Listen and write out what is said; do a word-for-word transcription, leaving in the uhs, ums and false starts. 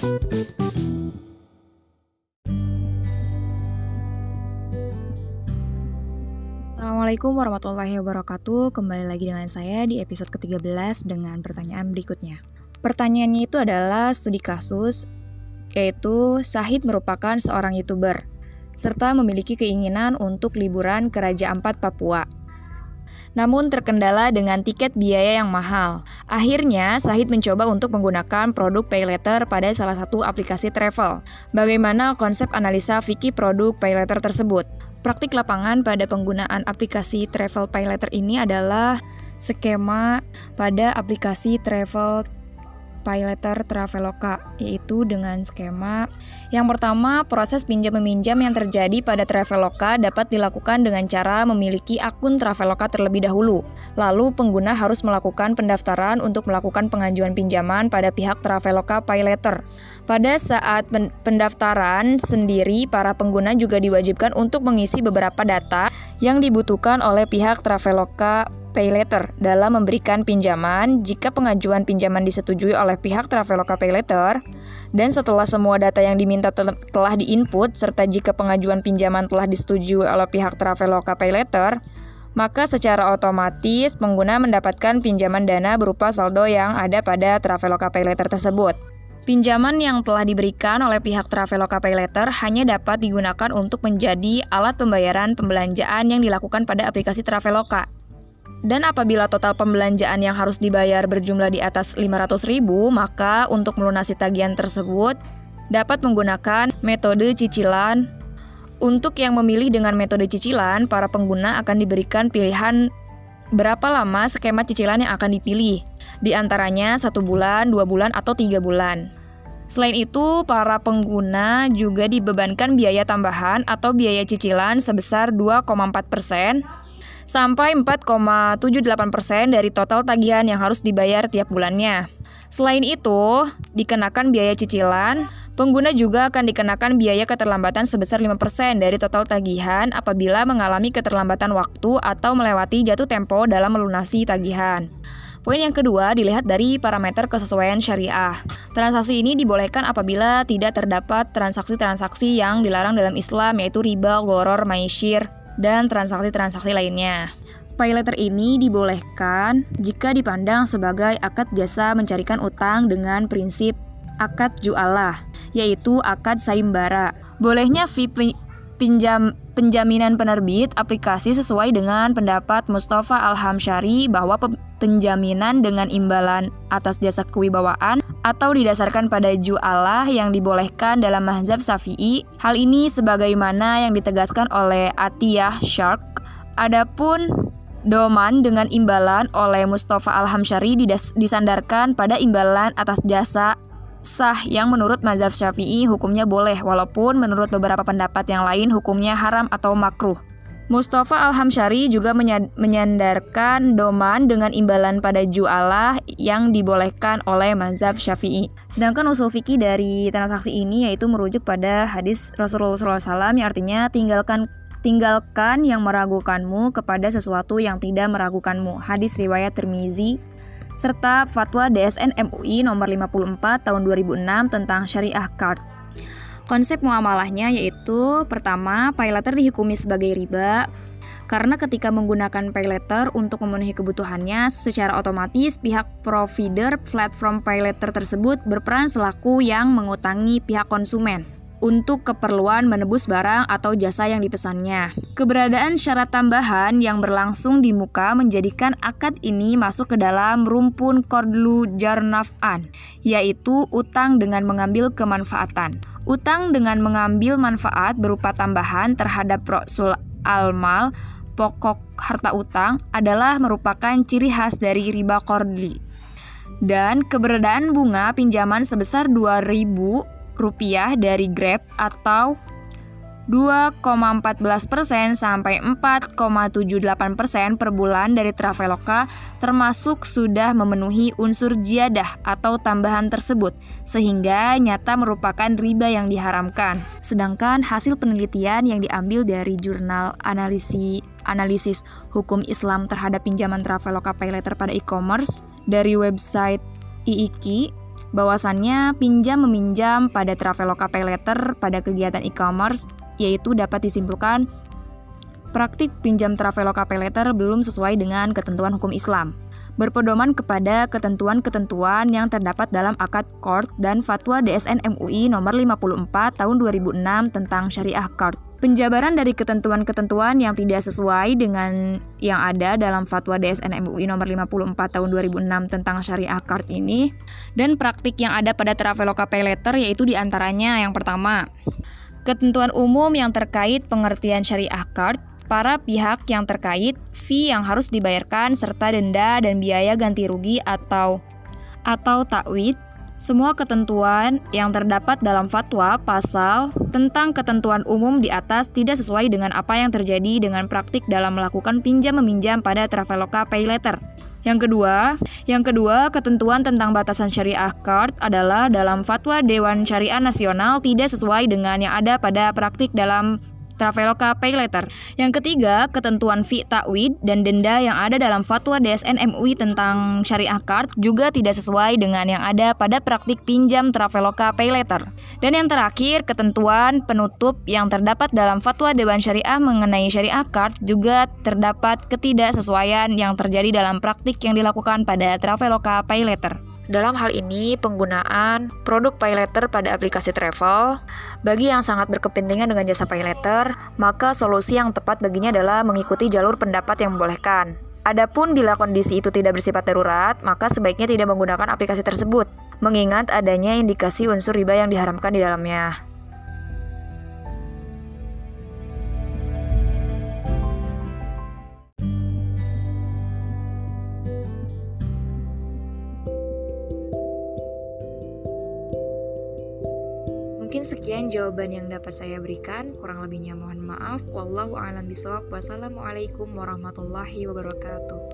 Assalamualaikum warahmatullahi wabarakatuh. Kembali lagi dengan saya di episode ketiga belas dengan pertanyaan berikutnya. Pertanyaannya itu adalah studi kasus, yaitu Syahid merupakan seorang YouTuber serta memiliki keinginan untuk liburan ke Raja Ampat, Papua. Namun terkendala dengan tiket biaya yang mahal. Akhirnya Syahid mencoba untuk menggunakan produk paylater pada salah satu aplikasi travel. Bagaimana konsep analisa fikih produk paylater tersebut? Praktik lapangan pada penggunaan aplikasi travel paylater ini adalah skema pada aplikasi travel paylater Traveloka, yaitu dengan skema yang pertama, proses pinjam-meminjam yang terjadi pada Traveloka dapat dilakukan dengan cara memiliki akun Traveloka terlebih dahulu. Lalu pengguna harus melakukan pendaftaran untuk melakukan pengajuan pinjaman pada pihak Traveloka Paylater. Pada saat pen- pendaftaran sendiri, para pengguna juga diwajibkan untuk mengisi beberapa data yang dibutuhkan oleh pihak Traveloka Paylater dalam memberikan pinjaman. Jika pengajuan pinjaman disetujui oleh pihak Traveloka Paylater dan setelah semua data yang diminta tel- telah diinput serta jika pengajuan pinjaman telah disetujui oleh pihak Traveloka Paylater, maka secara otomatis pengguna mendapatkan pinjaman dana berupa saldo yang ada pada Traveloka Paylater tersebut. Pinjaman yang telah diberikan oleh pihak Traveloka Paylater hanya dapat digunakan untuk menjadi alat pembayaran pembelanjaan yang dilakukan pada aplikasi Traveloka. Dan apabila total pembelanjaan yang harus dibayar berjumlah di atas lima ratus ribu, maka untuk melunasi tagihan tersebut dapat menggunakan metode cicilan. Untuk yang memilih dengan metode cicilan, para pengguna akan diberikan pilihan berapa lama skema cicilan yang akan dipilih. Di antaranya satu bulan, dua bulan, atau tiga bulan. Selain itu, para pengguna juga dibebankan biaya tambahan atau biaya cicilan sebesar dua koma empat persen sampai empat koma tujuh delapan persen dari total tagihan yang harus dibayar tiap bulannya. Selain itu, dikenakan biaya cicilan, pengguna juga akan dikenakan biaya keterlambatan sebesar lima persen dari total tagihan apabila mengalami keterlambatan waktu atau melewati jatuh tempo dalam melunasi tagihan. Poin yang kedua dilihat dari parameter kesesuaian syariah. Transaksi ini dibolehkan apabila tidak terdapat transaksi-transaksi yang dilarang dalam Islam, yaitu riba, gharar, maisir, dan transaksi-transaksi lainnya. Paylater ini dibolehkan jika dipandang sebagai akad jasa mencarikan utang dengan prinsip akad ju'alah, yaitu akad saimbara. Bolehnya fee pinjam penjaminan penerbit aplikasi sesuai dengan pendapat Mustafa Al-Hamsyari bahwa penjaminan dengan imbalan atas jasa kewibawaan atau didasarkan pada ju'alah yang dibolehkan dalam mazhab Syafi'i. Hal ini sebagaimana yang ditegaskan oleh Atiyah Shark. Adapun doman dengan imbalan oleh Mustafa Al-Hamsyari didas- disandarkan pada imbalan atas jasa sah yang menurut mazhab Syafi'i hukumnya boleh, walaupun menurut beberapa pendapat yang lain hukumnya haram atau makruh. Mustafa Al-Hamsyari juga menyandarkan doman dengan imbalan pada ju'alah yang dibolehkan oleh mazhab Syafi'i. Sedangkan usul fikih dari transaksi ini yaitu merujuk pada hadis Rasulullah shallallahu alaihi wasallam yang artinya tinggalkan tinggalkan yang meragukanmu kepada sesuatu yang tidak meragukanmu. Hadis riwayat Tirmizi, serta fatwa D S N M U I nomor lima puluh empat tahun dua ribu enam tentang syariah card. Konsep muamalahnya yaitu pertama, paylater dihukumi sebagai riba karena ketika menggunakan paylater untuk memenuhi kebutuhannya, secara otomatis pihak provider platform paylater tersebut berperan selaku yang mengutangi pihak konsumen untuk keperluan menebus barang atau jasa yang dipesannya. Keberadaan syarat tambahan yang berlangsung di muka menjadikan akad ini masuk ke dalam rumpun qardlu jar naf'an, yaitu utang dengan mengambil kemanfaatan. Utang dengan mengambil manfaat berupa tambahan terhadap rasul al-mal, pokok harta utang, adalah merupakan ciri khas dari riba qardli. Dan keberadaan bunga pinjaman sebesar dua ribu rupiah dari Grab atau dua koma empat belas persen sampai empat koma tujuh delapan persen per bulan dari Traveloka termasuk sudah memenuhi unsur ziyadah atau tambahan tersebut, sehingga nyata merupakan riba yang diharamkan. Sedangkan hasil penelitian yang diambil dari jurnal analisi, analisis hukum Islam terhadap pinjaman Traveloka Paylater pada e-commerce dari website I I K I bahwasannya pinjam meminjam pada Traveloka Paylater pada kegiatan e-commerce yaitu dapat disimpulkan praktik pinjam Traveloka Paylater belum sesuai dengan ketentuan hukum Islam, berpedoman kepada ketentuan-ketentuan yang terdapat dalam Akad Qard dan Fatwa D S N M U I nomor lima puluh empat tahun dua ribu enam tentang Syariah Qard. Penjabaran dari ketentuan-ketentuan yang tidak sesuai dengan yang ada dalam Fatwa D S N M U I nomor lima puluh empat tahun dua ribu enam tentang Syariah Qard ini dan praktik yang ada pada Traveloka Paylater yaitu diantaranya yang pertama, ketentuan umum yang terkait pengertian Syariah Qard, para pihak yang terkait, fee yang harus dibayarkan serta denda dan biaya ganti rugi atau atau takwid. Semua ketentuan yang terdapat dalam fatwa pasal tentang ketentuan umum di atas tidak sesuai dengan apa yang terjadi dengan praktik dalam melakukan pinjam meminjam pada Traveloka Paylater. Yang kedua, yang kedua, ketentuan tentang batasan Syariah Qard adalah dalam Fatwa Dewan Syariah Nasional tidak sesuai dengan yang ada pada praktik dalam Traveloka Paylater. Yang ketiga, ketentuan fee takwid dan denda yang ada dalam Fatwa D S N M U I tentang Syariah Qard juga tidak sesuai dengan yang ada pada praktik pinjam Traveloka Paylater. Dan yang terakhir, ketentuan penutup yang terdapat dalam Fatwa Dewan Syariah mengenai Syariah Qard juga terdapat ketidaksesuaian yang terjadi dalam praktik yang dilakukan pada Traveloka Paylater. Dalam hal ini, penggunaan produk Paylater pada aplikasi travel, bagi yang sangat berkepentingan dengan jasa Paylater, maka solusi yang tepat baginya adalah mengikuti jalur pendapat yang membolehkan. Adapun bila kondisi itu tidak bersifat darurat, maka sebaiknya tidak menggunakan aplikasi tersebut, mengingat adanya indikasi unsur riba yang diharamkan di dalamnya. Mungkin sekian jawaban yang dapat saya berikan, kurang lebihnya mohon maaf. Wallahu a'lam bishawab. Wassalamualaikum warahmatullahi wabarakatuh.